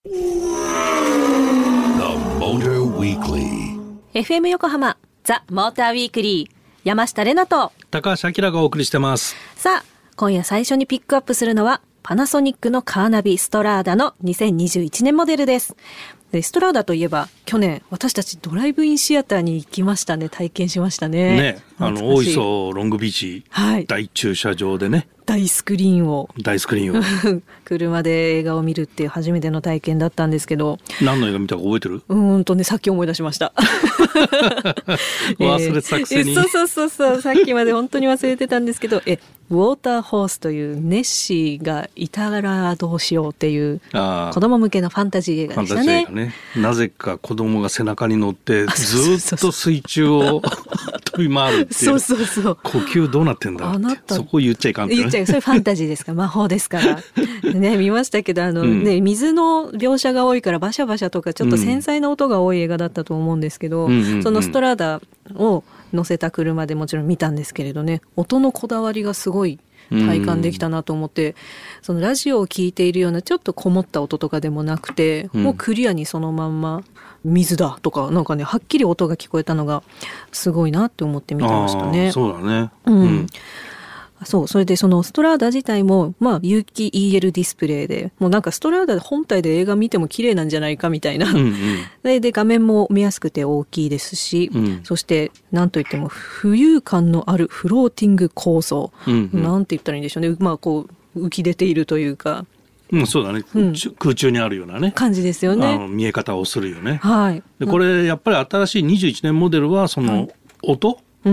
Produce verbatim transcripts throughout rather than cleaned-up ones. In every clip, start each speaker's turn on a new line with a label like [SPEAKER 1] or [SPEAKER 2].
[SPEAKER 1] エフエム 横浜ザ・モーターウィークリー、山下れなと
[SPEAKER 2] 高橋明がお送りしてます。
[SPEAKER 1] さあ、今夜最初にピックアップするのはパナソニックのカーナビストラーダのにせんにじゅういちねんモデルです。でストラーダといえば去年私たちドライブインシアターに行きましたね。体験しましたね。
[SPEAKER 2] ね、あの大磯ロングビーチ、はい、大駐車場でね、
[SPEAKER 1] 大スクリーンを
[SPEAKER 2] 大スクリーンを
[SPEAKER 1] 車で映画を見るっていう初めての体験だったんですけど、
[SPEAKER 2] 何の映画見たか覚えてる？
[SPEAKER 1] うーんとね、さっき思い出しました
[SPEAKER 2] 忘れてたくせに、
[SPEAKER 1] えー、そうそうそうそう、さっきまで本当に忘れてたんですけどえウォーターホースというネッシーがいたらどうしようっていう子供向けのファンタジー映画でしたね。
[SPEAKER 2] ファンタジー映画ね。なぜか子供が背中に乗ってずっと水中を飛び回るっていうそうそうそう、呼吸どうなってんだって、そこ言っちゃいかんって、ね、
[SPEAKER 1] 言っちゃう、それファンタジーですから魔法ですからね、見ましたけどあの、うんね、水の描写が多いからバシャバシャとかちょっと繊細な音が多い映画だったと思うんですけど、うん、そのストラーダを乗せた車でもちろん見たんですけれどね、音のこだわりがすごい体感できたなと思って、うん、そのラジオを聞いているようなちょっとこもった音とかでもなくて、うん、もうクリアにそのまんま水だとかなんかね、はっきり音が聞こえたのがすごいなって思って見てましたね。
[SPEAKER 2] そうだね、
[SPEAKER 1] うんうん、そうそれでそのストラーダ自体もまあ有機 イーエル ディスプレイで、もうなんかストラーダ本体で映画見ても綺麗なんじゃないかみたいな、うんうん、で, で画面も見やすくて大きいですし、うん、そしてなんといっても浮遊感のあるフローティング構造、うんうん、なんて言ったらいいんでしょうね、まあこう浮き出ているというか、
[SPEAKER 2] うん、そうだね、うん、空中にあるようなね
[SPEAKER 1] 感じですよね。
[SPEAKER 2] あの見え方をするよね、
[SPEAKER 1] はい、
[SPEAKER 2] でこれやっぱり新しいにじゅういちねんモデルはその音、はい、うん、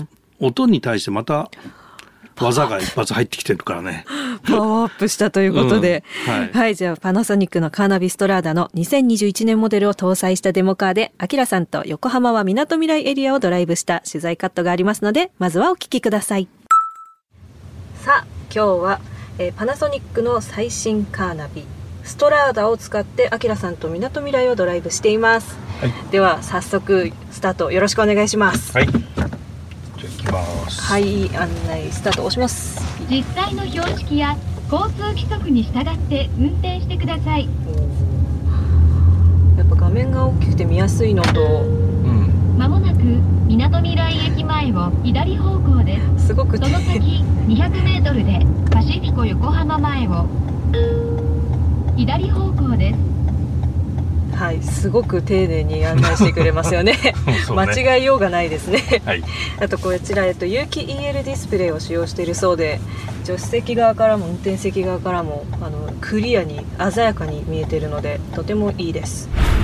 [SPEAKER 2] 音に対してまた技が一発入ってきてるからね
[SPEAKER 1] パワーアップしたということで、うん、はい、はい、じゃあパナソニックのカーナビストラーダのにせんにじゅういちねんモデルを搭載したデモカーで、アキラさんと横浜はみなとみらいエリアをドライブした取材カットがありますので、まずはお聞きください。さあ今日は、えー、パナソニックの最新カーナビストラーダを使ってアキラさんとみなとみらいをドライブしています、はい、では早速スタートよろしくお願いします。
[SPEAKER 2] はい、じゃあ行きます。
[SPEAKER 1] はい、案内スタート押します。
[SPEAKER 3] 実際の標識や交通規則に従って運転してください。
[SPEAKER 1] やっぱ画面が大きくて見やすいのと、うん、
[SPEAKER 3] 間もなくみなとみらい駅前を左方向です。
[SPEAKER 1] すごく
[SPEAKER 3] その先にひゃくメートルでパシフィコ横浜前を左方向です。
[SPEAKER 1] はい、すごく丁寧に案内してくれますよ ね, ね間違いようがないですね、はい、あとこちら、えっと、有機 イーエル ディスプレイを使用しているそうで、助手席側からも運転席側からもあのクリアに鮮やかに見えているのでとてもいいです。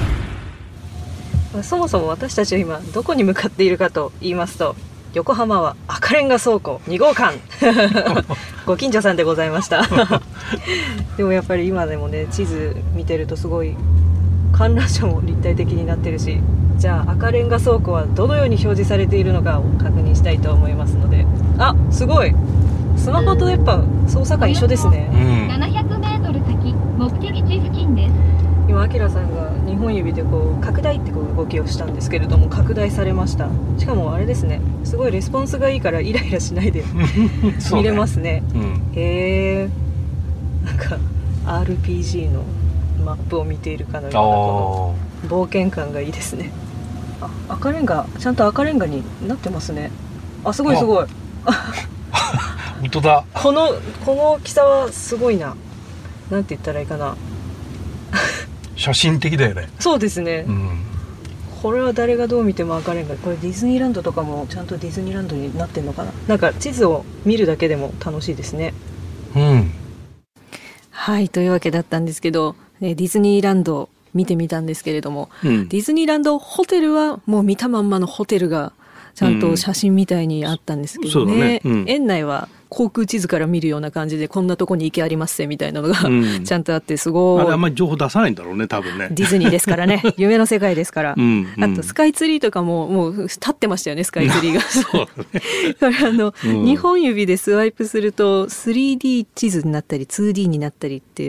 [SPEAKER 1] そもそも私たちは今どこに向かっているかと言いますと、横浜は赤レンガ倉庫に号館ご近所さんでございましたでもやっぱり今でもね、地図見てるとすごい観覧車も立体的になってるし、じゃあ赤レンガ倉庫はどのように表示されているのかを確認したいと思いますので、あ、すごい、スマホとやっぱ操作感一緒ですね、
[SPEAKER 3] うん、ななひゃくメートル先目的地付近です。
[SPEAKER 1] 今アキラさんがにほん指でこう拡大ってこう動きをしたんですけれども、拡大されました。しかもあれですね、すごいレスポンスがいいからイライラしないで見れますね、うん、へー、なんか アールピージー のマップを見ているかのようなこの冒険感がいいですね。あ、赤レンガ、ちゃんと赤レンガになってますね。あ、すごいすごい
[SPEAKER 2] 本当だ。
[SPEAKER 1] このこの大きさはすごいな。なんて言ったらいいかな
[SPEAKER 2] 写真的だよね。
[SPEAKER 1] そうですね、うん、これは誰がどう見ても赤レンガ。これディズニーランドとかもちゃんとディズニーランドになってんのかな。なんか地図を見るだけでも楽しいですね。うん、はい、というわけだったんですけど、ディズニーランド見てみたんですけれども、うん、ディズニーランドホテルはもう見たまんまのホテルがちゃんと写真みたいにあったんですけどね、うん、ね、うん、園内は航空地図から見るような感じでこんなとこに池ありますぜみたいなのが、うん、ちゃんとあって、すごい。
[SPEAKER 2] あれあんまり情報出さないんだろうね、多分ね。
[SPEAKER 1] ディズニーですからね夢の世界ですから、うんうん、あとスカイツリーとかももう立ってましたよね、スカイツリーがそうだねこれあの、うん、にほん指でスワイプすると スリーディー 地図になったり ツーディー になったりっていう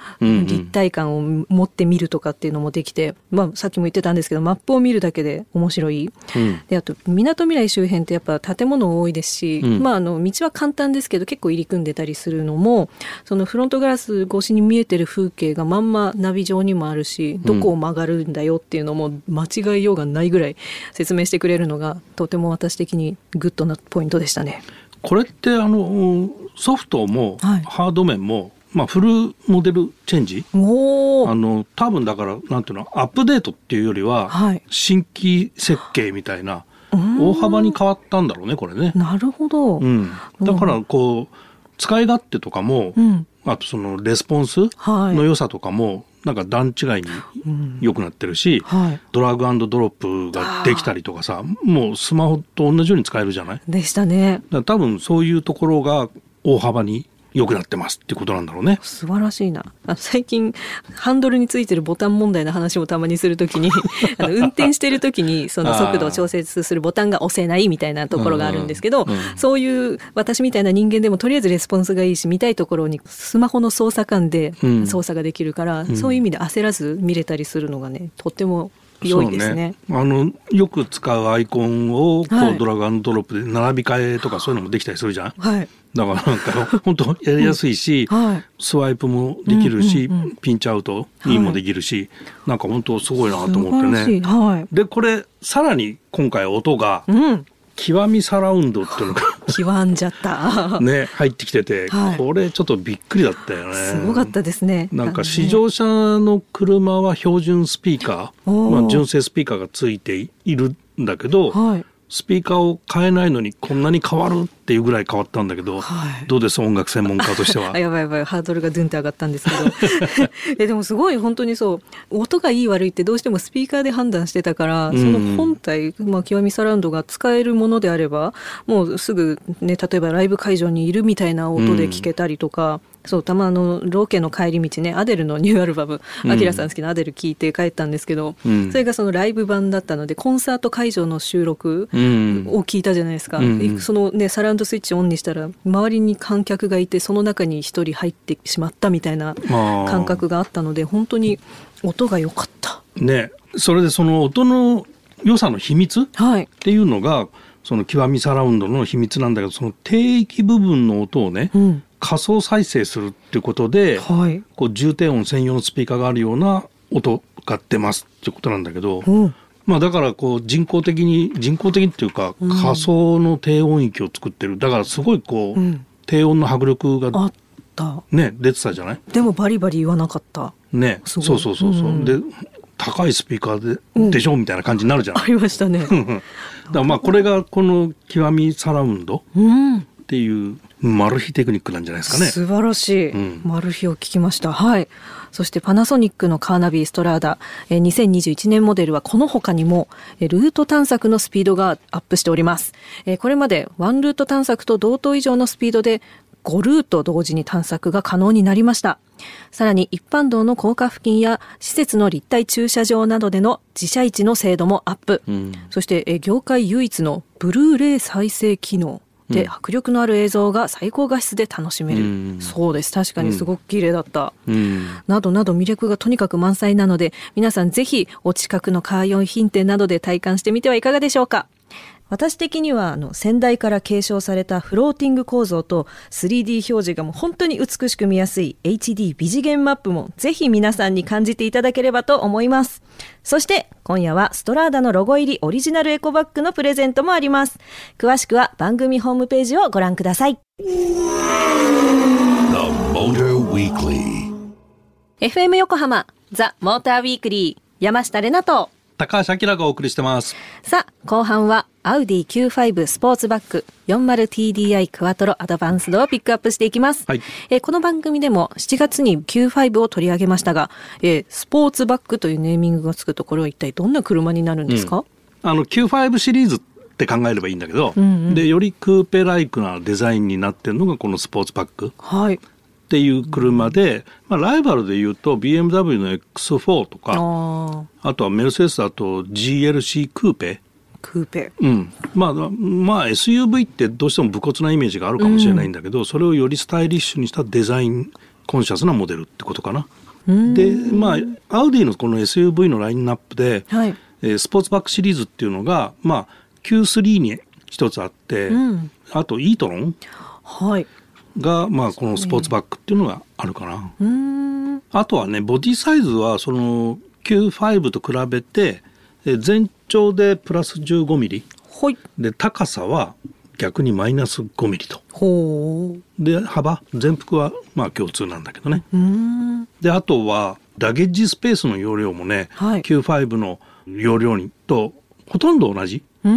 [SPEAKER 1] うんうん、立体感を持って見るとかっていうのもできて、まあ、さっきも言ってたんですけどマップを見るだけで面白い、うん、であとみなとみらい周辺ってやっぱ建物多いですし、うんまあ、あの道は簡単ですけど結構入り組んでたりするのもそのフロントガラス越しに見えてる風景がまんまナビ上にもあるしどこを曲がるんだよっていうのも間違いようがないぐらい説明してくれるのがとても私的にグッドなポイントでしたね。
[SPEAKER 2] これってあのソフトもハード面も、はいまあ、フルモデルチェンジおあの多分だからなんていうのアップデートっていうよりは、はい、新規設計みたいな大幅に変わったんだろうねこれね。
[SPEAKER 1] なるほど、
[SPEAKER 2] うん、だからこう使い勝手とかも、うん、あとそのレスポンスの良さとかも、はいなんか段違いに良くなってるし、うんはい、ドラッグ&ドロップができたりとかさもうスマホと同じように使えるじゃない
[SPEAKER 1] でしたね。
[SPEAKER 2] だから多分そういうところが大幅に良くなってますってことなんだろうね。
[SPEAKER 1] 素晴らしいな。あ最近ハンドルについてるボタン問題の話もたまにするときにあの運転してるときにその速度を調節するボタンが押せないみたいなところがあるんですけど、うんうん、そういう私みたいな人間でもとりあえずレスポンスがいいし見たいところにスマホの操作感で操作ができるから、うん、そういう意味で焦らず見れたりするのがねとっても良いですね。
[SPEAKER 2] そうね、あのよく使うアイコンをこう、はい、ドラッグ&ドロップで並び替えとかそういうのもできたりするじゃん、はい、だからなんか本当やりやすいし、うんはい、スワイプもできるし、うんうんうん、ピンチアウトインもできるし、はい、なんか本当すごいなと思ってね、はい、でこれさらに今回音が、うん極みサラウンドっていうのが
[SPEAKER 1] 極んじゃった
[SPEAKER 2] ね入ってきてて、はい、これちょっとびっくりだったよね。
[SPEAKER 1] すごかったですね。
[SPEAKER 2] なんか試乗車の車は標準スピーカー、まあ、純正スピーカーがついているんだけど、はい、スピーカーを変えないのにこんなに変わるっていうぐらい変わったんだけど、はい、どうです音楽専門家としては
[SPEAKER 1] やばいやばいハードルがドゥンって上がったんですけどえでもすごい本当にそう音がいい悪いってどうしてもスピーカーで判断してたから、うん、その本体、まあ、極みサラウンドが使えるものであればもうすぐ、ね、例えばライブ会場にいるみたいな音で聞けたりとか、うんそうたまのロケの帰り道ねアデルのニューアルバムアキラさん好きなアデル聞いて帰ったんですけど、うん、それがそのライブ版だったのでコンサート会場の収録を聞いたじゃないですか、うん、そのねサラウンドスイッチオンにしたら周りに観客がいてその中に一人入ってしまったみたいな感覚があったので本当に音が良かった
[SPEAKER 2] ね。それでその音の良さの秘密っていうのが、はい、その極みサラウンドの秘密なんだけどその低域部分の音をね、うん仮想再生するっていうことで、はい、こう重低音専用のスピーカーがあるような音が出ますっていうことなんだけど、うんまあ、だからこう人工的に人工的っていうか仮想の低音域を作ってるだからすごいこう、うん、低音の迫力が、あったね、出てたじゃない。
[SPEAKER 1] でもバリバリ言わなかった
[SPEAKER 2] ね。そうそうそうそう、うん、で高いスピーカーで、うん、でしょみたいな感じになるじゃない。
[SPEAKER 1] ありましたねだ
[SPEAKER 2] からまあこれがこの極みサラウンドっていうマル秘テクニックなんじゃないですかね。
[SPEAKER 1] 素晴らしい、うん、マル秘を聞きました。はい。そしてパナソニックのカーナビストラーダえにせんにじゅういちねんモデルはこの他にもルート探索のスピードがアップしております。えこれまでワンルート探索と同等以上のスピードでごルート同時に探索が可能になりました。さらに一般道の高架付近や施設の立体駐車場などでの自社位置の精度もアップ、うん、そしてえ業界唯一のブルーレイ再生機能で、うん、迫力のある映像が最高画質で楽しめる、うん、そうです確かにすごく綺麗だった、うん、などなど魅力がとにかく満載なので皆さんぜひお近くのカー用品店などで体感してみてはいかがでしょうか。私的にはあの先代から継承されたフローティング構造と スリーディー 表示がもう本当に美しく見やすい エイチディー 美次元マップもぜひ皆さんに感じていただければと思います。そして今夜はストラーダのロゴ入りオリジナルエコバッグのプレゼントもあります。詳しくは番組ホームページをご覧ください。 エフエム 横浜ザ・モーターウィークリー山下れなと
[SPEAKER 2] 高橋明がお送りしてます。
[SPEAKER 1] さあ後半はアウディ キューファイブ スポーツバッグ よんじゅうティーディーアイ クワトロアドバンスドをピックアップしていきます、はいえー、この番組でもしちがつに キューファイブ を取り上げましたが、えー、スポーツバッグというネーミングがつくとこれは一体どんな車になるんですか。
[SPEAKER 2] うん、あの キューファイブ シリーズって考えればいいんだけど、うんうん、でよりクーペライクなデザインになってるのがこのスポーツバッグ、はいっていう車で、まあ、ライバルでいうと ビーエムダブリュー の エックスフォー とか あ, あとはメルセデスだと ジーエルシー クーペ
[SPEAKER 1] クーペ、
[SPEAKER 2] うんまあ、まあ エスユーブイ ってどうしても武骨なイメージがあるかもしれないんだけど、うん、それをよりスタイリッシュにしたデザインコンシャスなモデルってことかな。 で、まあ、アウディのこの エスユーブイ のラインナップで、
[SPEAKER 1] はい、
[SPEAKER 2] えー、スポーツバックシリーズっていうのが、まあ、キュースリー に一つあって、うん、あとイートロンが、まあ、このスポーツバックっていうのがあるかな。うん、あとはね、ボディサイズはその キューファイブ と比べて全長でプラスじゅうごミリ、はい、で高さは逆にマイナスごミリと。ほう。で幅全幅はまあ共通なんだけどね。うん。であとはラゲッジスペースの容量もね、はい、キューファイブ の容量にとほとんど同じ。うん。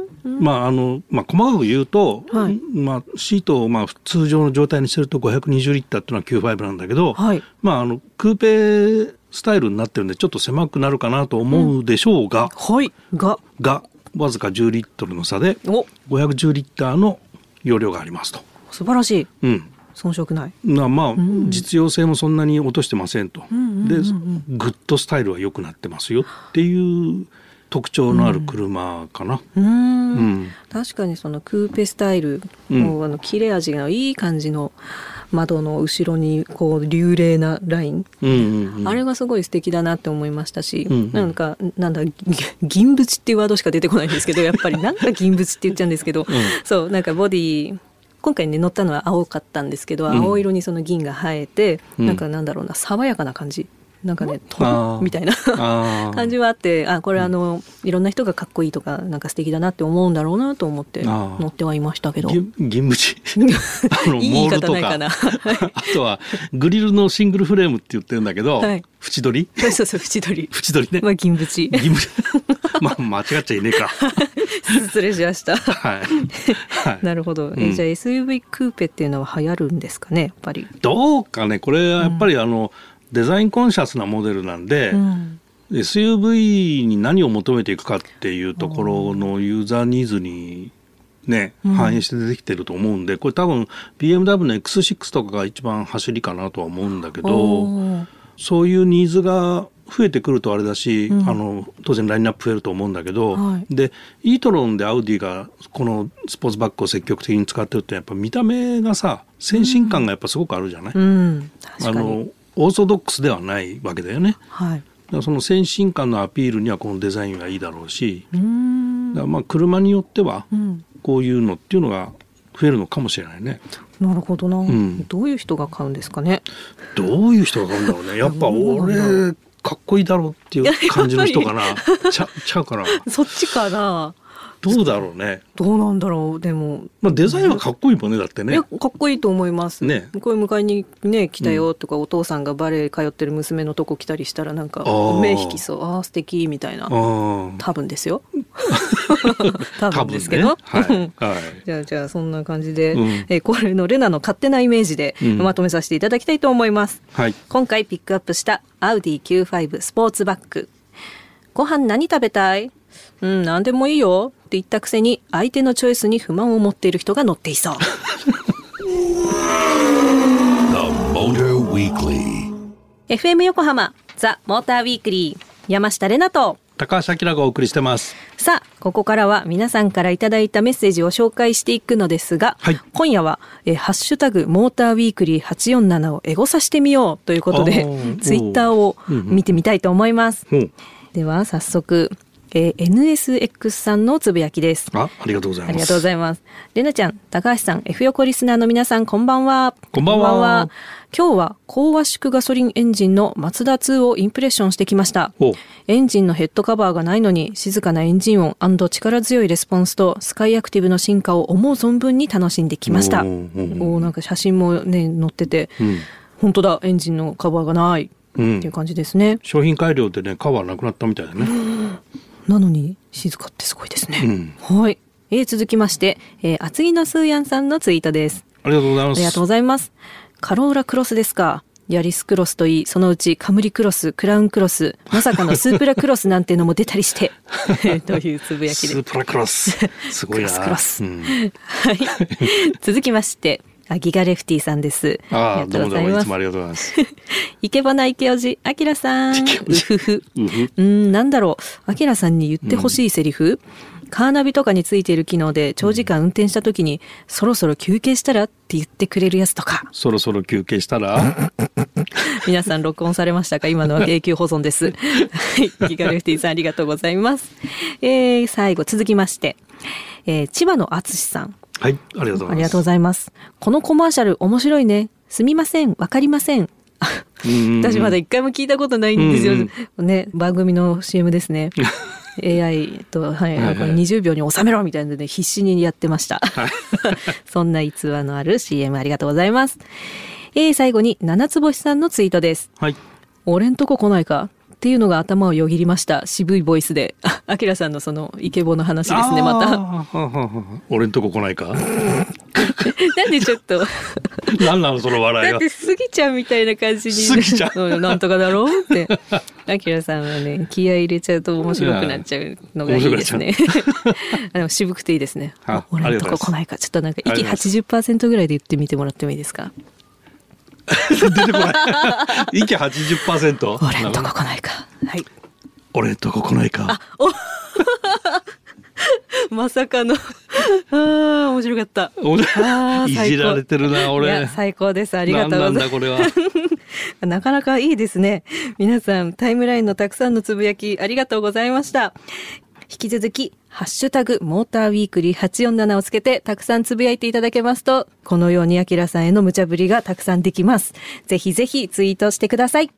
[SPEAKER 2] まああのまあ、細かく言うと、はいまあ、シートをまあ通常の状態にしてるとごひゃくにじゅうリッターっていうのは キューファイブ なんだけど、はいまあ、あのクーペスタイルになってるんでちょっと狭くなるかなと思うでしょうが、うん、はいががわずかじゅうリットルの差でごひゃくじゅうリッターの容量がありますと。
[SPEAKER 1] 素晴らしい、うん、遜色ない
[SPEAKER 2] な。まあ、うん、実用性もそんなに落としてませんと、うんうんうんうん、でグッドスタイルは良くなってますよっていう特徴のある車かな、うん
[SPEAKER 1] うん、確かにそのクーペスタイルの、うん、あの切れ味がいい感じの窓の後ろにこう流麗なライン、うんうんうん、あれがすごい素敵だなって思いましたし、うんうん、なんかなんだ銀縁っていうワードしか出てこないんですけどやっぱりなんか銀縁って言っちゃうんですけど、うん、そうなんかボディ今回ね乗ったのは青かったんですけど、うん、青色にその銀が映えて、うん、なんかなんだろうな爽やかな感じなんかねトンみたいな感じはあって、あこれあのいろんな人がかっこいいとかなんか素敵だなって思うんだろうなと思って乗ってはいましたけど、
[SPEAKER 2] 銀縁あの
[SPEAKER 1] いい言い方ないかな
[SPEAKER 2] あとはグリルのシングルフレームって言ってるんだけど、はい、縁取り
[SPEAKER 1] そうそう縁取り
[SPEAKER 2] 縁取りね、
[SPEAKER 1] まあ、銀縁銀縁
[SPEAKER 2] まあ間違っちゃいねえか
[SPEAKER 1] 失礼しました、はいはい、なるほど、うん、えじゃあ エスユーブイ クーペっていうのは流行るんですかねやっぱり。
[SPEAKER 2] どうかねこれはやっぱりあの、うんデザインコンシャスなモデルなんで、うん、エスユーブイ に何を求めていくかっていうところのユーザーニーズにね、うん、反映して出てきてると思うんでこれ多分 ビーエムダブリュー の エックスシックス とかが一番走りかなとは思うんだけどそういうニーズが増えてくるとあれだし、うん、あの当然ラインナップ増えると思うんだけど、はい、でイートロンでアウディがこのスポーツバッグを積極的に使ってるってやっぱ見た目がさ先進感がやっぱすごくあるじゃない、うんうん、確かにあのオーソドックスではないわけだよね、はい、だからその先進観のアピールにはこのデザインがいいだろうしうーんだからまあ車によってはこういうのっていうのが増えるのかもしれないね、
[SPEAKER 1] うん、なるほどな、うん、どういう人が買うんですかね。
[SPEAKER 2] どういう人が買うんだろうねやっぱ俺かっこいいだろうっていう感じの人かなちゃ、ちゃうかな
[SPEAKER 1] そっちかな
[SPEAKER 2] どうだろうね。
[SPEAKER 1] どうなんだろう。でも、
[SPEAKER 2] まあ、デザインはかっこいいもんねだってね。
[SPEAKER 1] いやかっこいいと思います、ね、こういう迎えに、ね、来たよとか、うん、お父さんがバレエ通ってる娘のとこ来たりしたらなんか目引きそうああ素敵みたいな多分ですよ多分ですけど、ねはいはい、じゃあじゃあそんな感じで、うん、えこれのレナの勝手なイメージでまとめさせていただきたいと思います、うんはい、今回ピックアップしたアウディ キューファイブ スポーツバッグ。ご飯何食べたい？うん、何でもいいよって言ったくせに相手のチョイスに不満を持っている人が乗っていそう。エフエム 横浜ザ・モーターウィークリー山下れなと
[SPEAKER 2] 高橋明がお送りしてます。
[SPEAKER 1] さあここからは皆さんからいただいたメッセージを紹介していくのですが、はい、今夜はえハッシュタグモーターウィークリーはちよんななをエゴサしてみようということでツイッターを見てみたいと思います、うんうん、では早速えー、エヌエスエックス さんのつぶやきです。
[SPEAKER 2] あ、ありがとうございます。
[SPEAKER 1] ありがとうございます。レナちゃん、高橋さん、F 横リスナーの皆さん、こんばんは。
[SPEAKER 2] こんばんは。こんばんは。
[SPEAKER 1] 今日は高圧縮ガソリンエンジンのマツダツーをインプレッションしてきました。エンジンのヘッドカバーがないのに静かなエンジン音&力強いレスポンスとスカイアクティブの進化を思う存分に楽しんできました。おお、なんか写真もね載ってて、うん、本当だエンジンのカバーがない、うん、っていう感じですね。
[SPEAKER 2] 商品改良でねカバーなくなったみたいだね。
[SPEAKER 1] なのに静かってすごいですね、うん、はい、えー、続きまして、えー、厚木のスーヤンさんのツイートです。
[SPEAKER 2] ありがとうございます。
[SPEAKER 1] ありがとうございます。カローラクロスですか。ヤリスクロスといいそのうちカムリクロス、クラウンクロス、まさかのスープラクロスなんてのも出たりしてというつぶやきで
[SPEAKER 2] スープラクロスすごいな
[SPEAKER 1] クロスクロス、うん、はい続きましてあギガレフティさんです。
[SPEAKER 2] ああ、どうもどうもいつもありがとうございます。
[SPEAKER 1] イケボなイケオジ、アキラさん。うふふ。うん、なんだろう、アキラさんに言ってほしいセリフ、うん、カーナビとかについている機能で長時間運転した時に、うん、そろそろ休憩したらって言ってくれるやつとか。
[SPEAKER 2] そろそろ休憩したら
[SPEAKER 1] 皆さん録音されましたか？今のは永久保存です。はい、ギガレフティさんありがとうございます。えー、最後続きまして、えー、千葉のあつしさん。
[SPEAKER 2] はい、ありがとうございます。
[SPEAKER 1] ありがとうございます。このコマーシャル面白いね。すみません、わかりません。私まだ一回も聞いたことないんですよ。うんうん、ね、番組の シーエム ですね。エーアイ と、はい、はいはい、にじゅうびょうに収めろみたいなので必死にやってました。はい、そんな逸話のある シーエム ありがとうございます。えー、最後に七つ星さんのツイートです。はい。俺んとこ来ないかっていうのが頭をよぎりました。渋いボイスで。あきらさんのそのイケボの話ですね、また。
[SPEAKER 2] 俺んとこ来ないか
[SPEAKER 1] なんでちょっと。
[SPEAKER 2] なんなのその笑いは。
[SPEAKER 1] だってスギちゃんみたいな感じに。
[SPEAKER 2] スギちゃん。
[SPEAKER 1] なんとかだろうって。あきらさんはね、気合い入れちゃうと面白くなっちゃうのがいいですね。でも渋くていいですね。俺んとこ来ないか。ちょっとなんか息 はちじゅっパーセント ぐらいで言ってみてもらってもいいですか？
[SPEAKER 2] 出てこない。息 はちじゅっパーセント。
[SPEAKER 1] 俺んとこ来ないか。はい。
[SPEAKER 2] 俺んとこ来ないか。
[SPEAKER 1] あ、おまさかのあー面白かった。
[SPEAKER 2] あいじられてるな俺。いや
[SPEAKER 1] 最高です。ありがとうございます。
[SPEAKER 2] なんだこれは。
[SPEAKER 1] なかなかいいですね。皆さんタイムラインのたくさんのつぶやきありがとうございました。引き続きハッシュタグモーターウィークリーはちよんななをつけてたくさんつぶやいていただけますと、このようにあきらさんへの無茶ぶりがたくさんできます。ぜひぜひツイートしてください。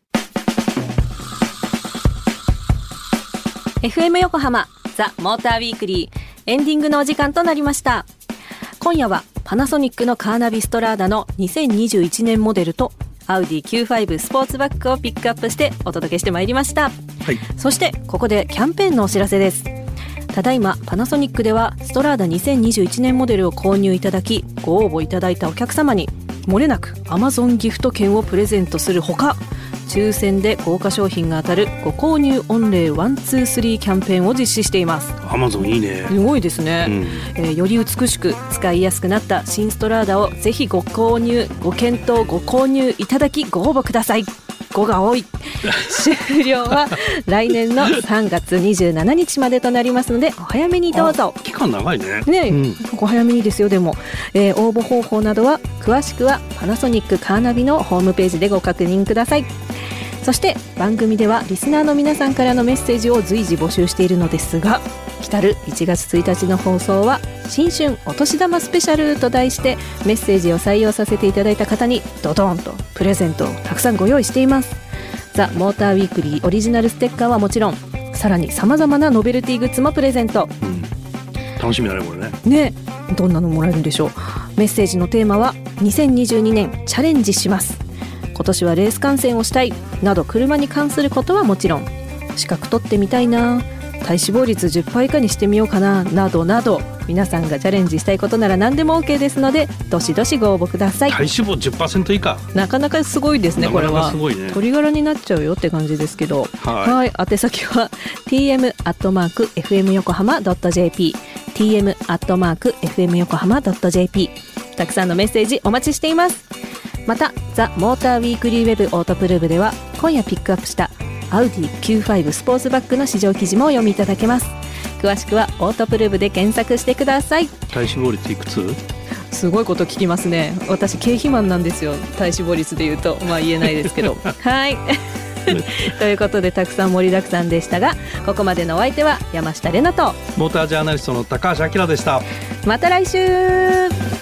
[SPEAKER 1] エフエム 横浜ザ・モーターウィークリーエンディングのお時間となりました。今夜はパナソニックのカーナビストラーダのにせんにじゅういちねんモデルとアウディ キューファイブ スポーツバッグをピックアップしてお届けしてまいりました。はい、そしてここでキャンペーンのお知らせです。ただいまパナソニックではストラーダにせんにじゅういちねんモデルを購入いただきご応募いただいたお客様に漏れなく Amazon ギフト券をプレゼントするほか、抽選で豪華商品が当たるご購入御礼ワンツースリーキャンペーンを実施しています。
[SPEAKER 2] Amazon いいね。
[SPEAKER 1] すごいですね、うんえー、より美しく使いやすくなった新ストラーダをぜひご購入ご検討ご購入いただきご応募ください。ごが多い終了は来年のさんがつにじゅうしちにちまでとなりますのでお早めにどうぞ。
[SPEAKER 2] 期間長いね。
[SPEAKER 1] ね、うん、ご早めにですよ。でも、えー、応募方法などは詳しくはパナソニックカーナビのホームページでご確認ください。そして番組ではリスナーの皆さんからのメッセージを随時募集しているのですが、来たるいちがつついたちの放送は新春お年玉スペシャルと題してメッセージを採用させていただいた方にドドーンとプレゼントをたくさんご用意しています。ザ・モーターウィークリーオリジナルステッカーはもちろん、さらにさまざまなノベルティグッズもプレゼント、うん、
[SPEAKER 2] 楽しみだねこれね。
[SPEAKER 1] ね、どんなのもらえるんでしょう。メッセージのテーマはにせんにじゅうにねんチャレンジします、今年はレース観戦をしたいなど、車に関することはもちろん、資格取ってみたいな、体脂肪率 じゅっパーセント 以下にしてみようかななどなど、皆さんがチャレンジしたいことなら何でも OK ですのでどしどしご応募ください。
[SPEAKER 2] 体脂肪 じゅっパーセント 以下、
[SPEAKER 1] なかなかすごいですね。これは
[SPEAKER 2] すごいね、
[SPEAKER 1] 鳥柄になっちゃうよって感じですけど、はい、はい、宛先は ティーエム アットマーク エフエム 横浜 ドット ジェーピー ティーエム アットマーク エフエム 横浜 ドット ジェーピー たくさんのメッセージお待ちしています。またザ・モーターウィークリーウェブオートプルーブでは今夜ピックアップしたアウディ キューファイブ スポーツバッグの市場記事もお読みいただけます。詳しくはオートプルーブで検索してください。
[SPEAKER 2] 体脂肪率いくつ？
[SPEAKER 1] すごいこと聞きますね。私経費マンなんですよ。体脂肪率で言うとまあ言えないですけどはいということでたくさん盛りだくさんでしたが、ここまでのお相手は山下玲奈と
[SPEAKER 2] モータージャーナリストの高橋明でした。
[SPEAKER 1] また来週。